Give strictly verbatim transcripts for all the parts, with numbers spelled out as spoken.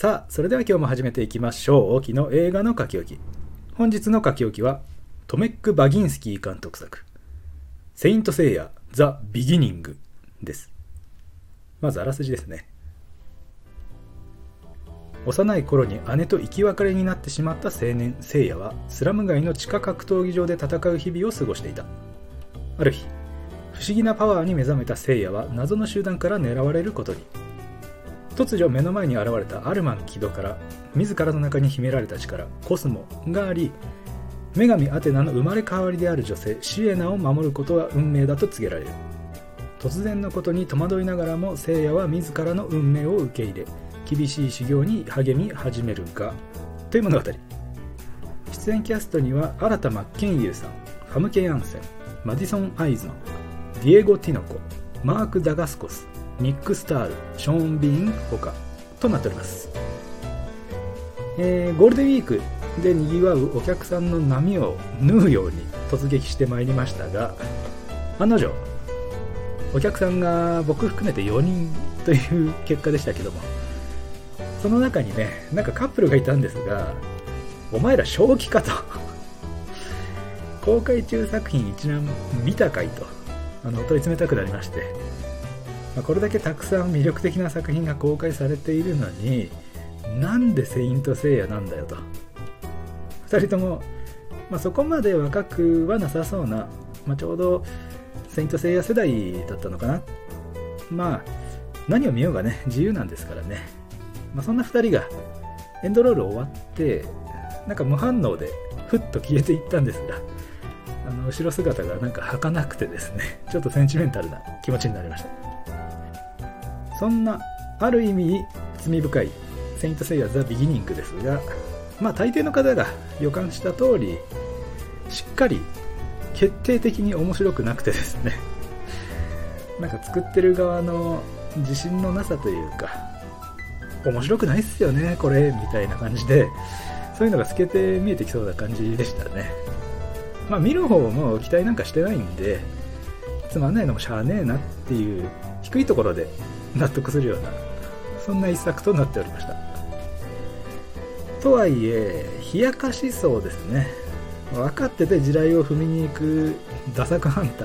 さあ、それでは今日も始めていきましょう。沖の映画の書き置き。本日の書き置きはトメック・バギンスキー監督作セイント・セイヤ・ザ・ビギニングです。まずあらすじですね。幼い頃に姉と生き別れになってしまった青年セイヤはスラム街の地下格闘技場で戦う日々を過ごしていた。ある日、不思議なパワーに目覚めたセイヤは謎の集団から狙われることに。突如目の前に現れたアルマンキドから自らの中に秘められた力コスモがあり、女神アテナの生まれ変わりである女性シエナを守ることは運命だと告げられる。突然のことに戸惑いながらもセイヤは自らの運命を受け入れ、厳しい修行に励み始めるがという物語。出演キャストには新田真剣佑さん、ファムケ・ヤンセン、マディソン・アイズマン、ディエゴ・ティノコ、マーク・ダガスコス、ニック・スタール、ショーン・ビーンほかとなっております。えー、ゴールデンウィークでにぎわうお客さんの波を縫うように突撃してまいりましたが、案の定お客さんが僕含めてよにんという結果でしたけども、その中にね、なんかカップルがいたんですが、お前ら正気かと公開中作品一覧見たかいとあの問い詰めたくなりまして、まあ、これだけたくさん魅力的な作品が公開されているのに、なんでセイントセイヤなんだよと。ふたりとも、まあ、そこまで若くはなさそうな、まあ、ちょうどセイントセイヤ世代だったのかな。まあ何を見ようがね自由なんですからね。まあ、そんなふたりがエンドロール終わってなんか無反応でふっと消えていったんですが、あの後ろ姿がなんか儚くてですね、ちょっとセンチメンタルな気持ちになりました。そんなある意味罪深いセイントセイヤザ・ビギニングですが、まあ大抵の方が予感した通りしっかり決定的に面白くなくてですね、なんか作ってる側の自信のなさというか、面白くないっすよねこれみたいな感じで、そういうのが透けて見えてきそうな感じでしたね。まあ見る方も期待なんかしてないんで、つまんないのもしゃあねえなっていう低いところで納得するような、そんな一作となっておりました。とはいえ冷やかしそうですね。分かってて地雷を踏みに行くダサクハンターって、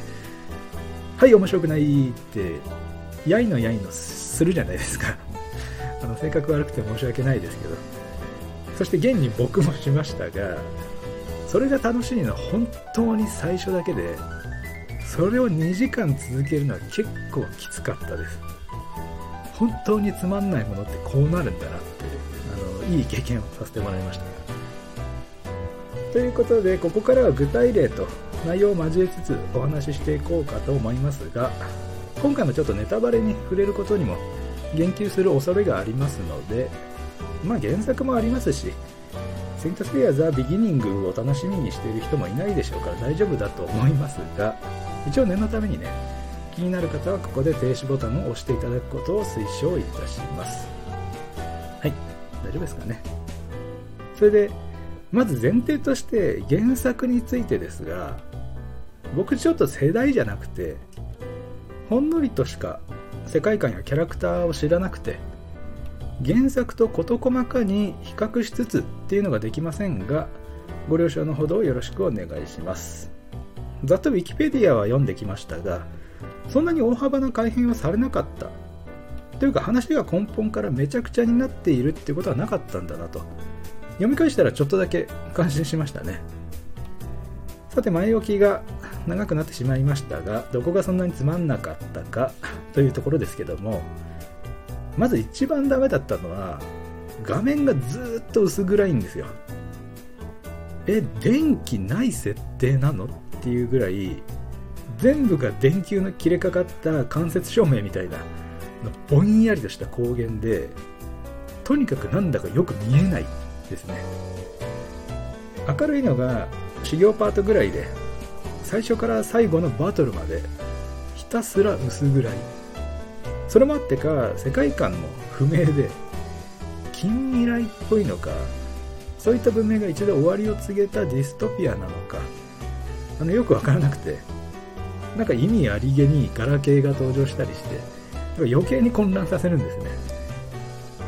はい面白くないってやいのやいのするじゃないですか。あの性格悪くて申し訳ないですけど、そして現に僕もしましたが、それが楽しいのは本当に最初だけで、それをにじかん続けるのは結構きつかったです。本当につまんないものってこうなるんだなって、あのいい経験をさせてもらいました。ということでここからは具体例と内容を交えつつお話ししていこうかと思いますが、今回もちょっとネタバレに触れることにも言及する恐れがありますので、まあ原作もありますし、セイントセイヤザ・ビギニングを楽しみにしている人もいないでしょうから大丈夫だと思いますが、一応念のためにね、気になる方はここで停止ボタンを押していただくことを推奨いたします。はい、大丈夫ですかね。それでまず前提として原作についてですが、僕ちょっと世代じゃなくてほんのりとしか世界観やキャラクターを知らなくて、原作と事細かに比較しつつっていうのができませんが、ご了承のほどよろしくお願いします。ざっとウィキペディアは読んできましたが、そんなに大幅な改変はされなかったというか、話が根本からめちゃくちゃになっているっていうことはなかったんだなと、読み返したらちょっとだけ感心しましたね。さて前置きが長くなってしまいましたが、どこがそんなにつまんなかったかというところですけども、まず一番ダメだったのは画面がずっと薄暗いんですよ。え、電気ない設定なのっていうぐらい、全部が電球の切れかかった間接照明みたいなぼんやりとした光源で、とにかくなんだかよく見えないですね。明るいのが修行パートぐらいで、最初から最後のバトルまでひたすら薄暗い。それもあってか世界観も不明で、近未来っぽいのか、そういった文明が一度終わりを告げたディストピアなのか、あのよくわからなくて、なんか意味ありげにガラケーが登場したりして、余計に混乱させるんですね。ち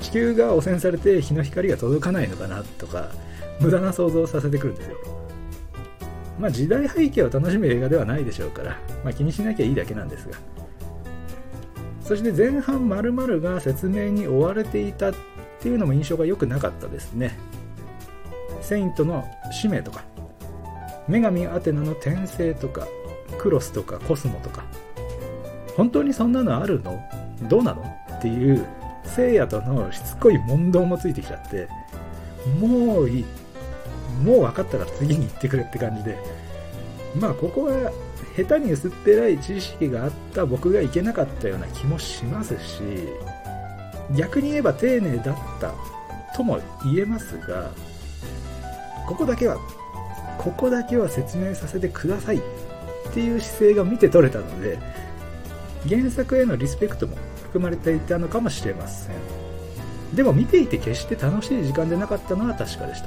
地球が汚染されて日の光が届かないのかなとか、無駄な想像をさせてくるんですよ。まあ時代背景を楽しむ映画ではないでしょうから、まあ、気にしなきゃいいだけなんですが。そして前半〇〇が説明に追われていたっていうのも印象が良くなかったですね。セイントの使命とか、女神アテナの転生とか、クロスとかコスモとか、本当にそんなのあるの？どうなの？っていう聖夜とのしつこい問答もついてきちゃって、もういい、もう分かったから次に行ってくれって感じで、まあここは下手に薄っぺらい知識があった僕がいけなかったような気もしますし、逆に言えば丁寧だったとも言えますが、ここだけはここだけは説明させてくださいっていう姿勢が見て取れたので、原作へのリスペクトも含まれていたのかもしれません。でも見ていて決して楽しい時間でなかったのは確かでした。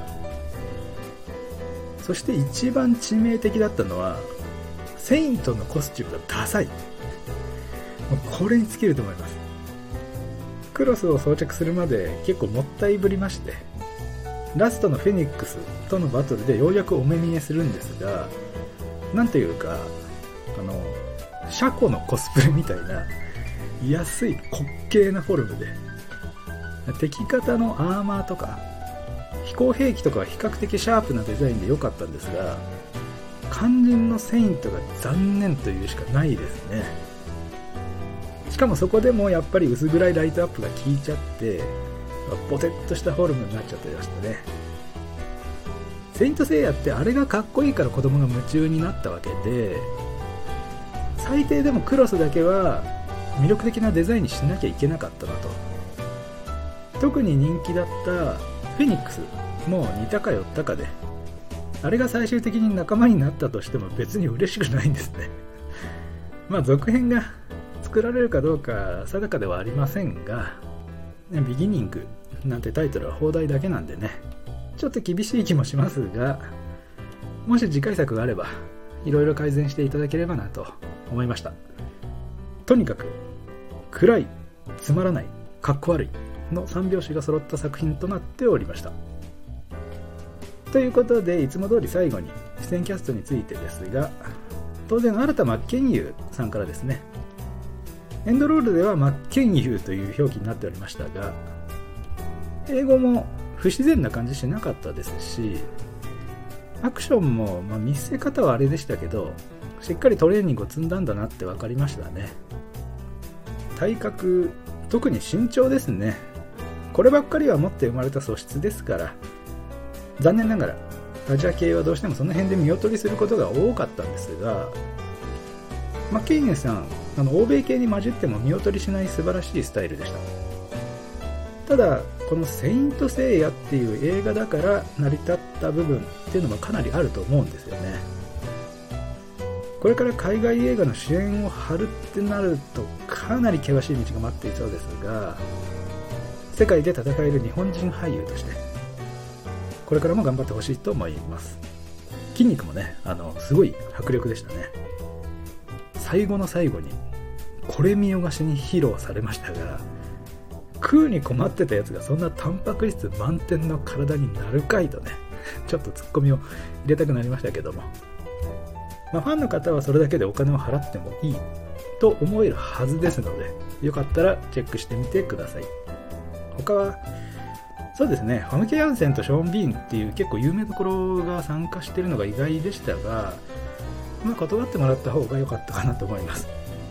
そして一番致命的だったのは、セイントのコスチュームがダサい。もうこれに尽きると思います。クロスを装着するまで結構もったいぶりまして、ラストのフェニックスとのバトルでようやくお目見えするんですが、なんというか、あのシャコのコスプレみたいな安い滑稽なフォルムで、敵方のアーマーとか飛行兵器とかは比較的シャープなデザインで良かったんですが、肝心のセイントが残念というしかないですね。しかもそこでもやっぱり薄暗いライトアップが効いちゃって、ポテッとしたフォルムになっちゃってましたね。セイントセイヤってあれがかっこいいから子供が夢中になったわけで、最低でもクロスだけは魅力的なデザインにしなきゃいけなかったなと。特に人気だったフェニックスも似たか寄ったかで、あれが最終的に仲間になったとしても別に嬉しくないんですね。まあ続編が作られるかどうか定かではありませんが、ビギニングなんてタイトルは放題だけなんでね、ちょっと厳しい気もしますが、もし次回作があればいろいろ改善していただければなと思いました。とにかく暗い、つまらない、かっこ悪いのさん拍子が揃った作品となっておりました。ということで、いつも通り最後に出演キャストについてですが、当然新田真剣佑さんからですね。エンドロールでは真剣佑という表記になっておりましたが、英語も不自然な感じしなかったですし、アクションも、まあ、見せ方はあれでしたけど、しっかりトレーニングを積んだんだなって分かりましたね。体格、特に身長ですね。こればっかりは持って生まれた素質ですから、残念ながらアジア系はどうしてもその辺で見劣りすることが多かったんですが、マッケイネさん、あの欧米系に混じっても見劣りしない素晴らしいスタイルでした。ただこのセイントセイヤっていう映画だから成り立った部分っていうのもかなりあると思うんですよね。これから海外映画の主演を張るってなるとかなり険しい道が待っていそうですが、世界で戦える日本人俳優としてこれからも頑張ってほしいと思います。筋肉もね、あのすごい迫力でしたね。最後の最後にこれ見よがしに披露されましたが、食うに困ってたやつがそんなタンパク質満点の体になるかいとね、ちょっとツッコミを入れたくなりましたけども、まあ、ファンの方はそれだけでお金を払ってもいいと思えるはずですので、よかったらチェックしてみてください。他はそうですね、ファムケ・ヤンセンとショーン・ビーンっていう結構有名どころが参加しているのが意外でしたが、まあ、断ってもらった方が良かったかなと思います。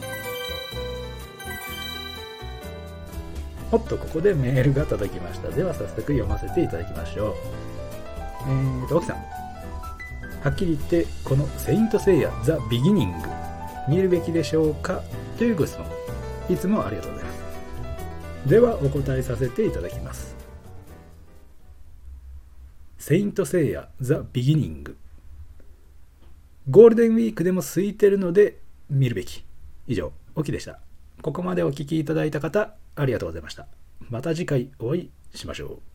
おっと、ここでメールが届きました。では早速読ませていただきましょう。えーと、奥さん。はっきり言って、このセイントセイヤザ・ビギニング、見るべきでしょうかというご質問。いつもありがとうございます。ではお答えさせていただきます。セイントセイヤザ・ビギニング。ゴールデンウィークでも空いてるので見るべき。以上、オキでした。ここまでお聞きいただいた方、ありがとうございました。また次回お会いしましょう。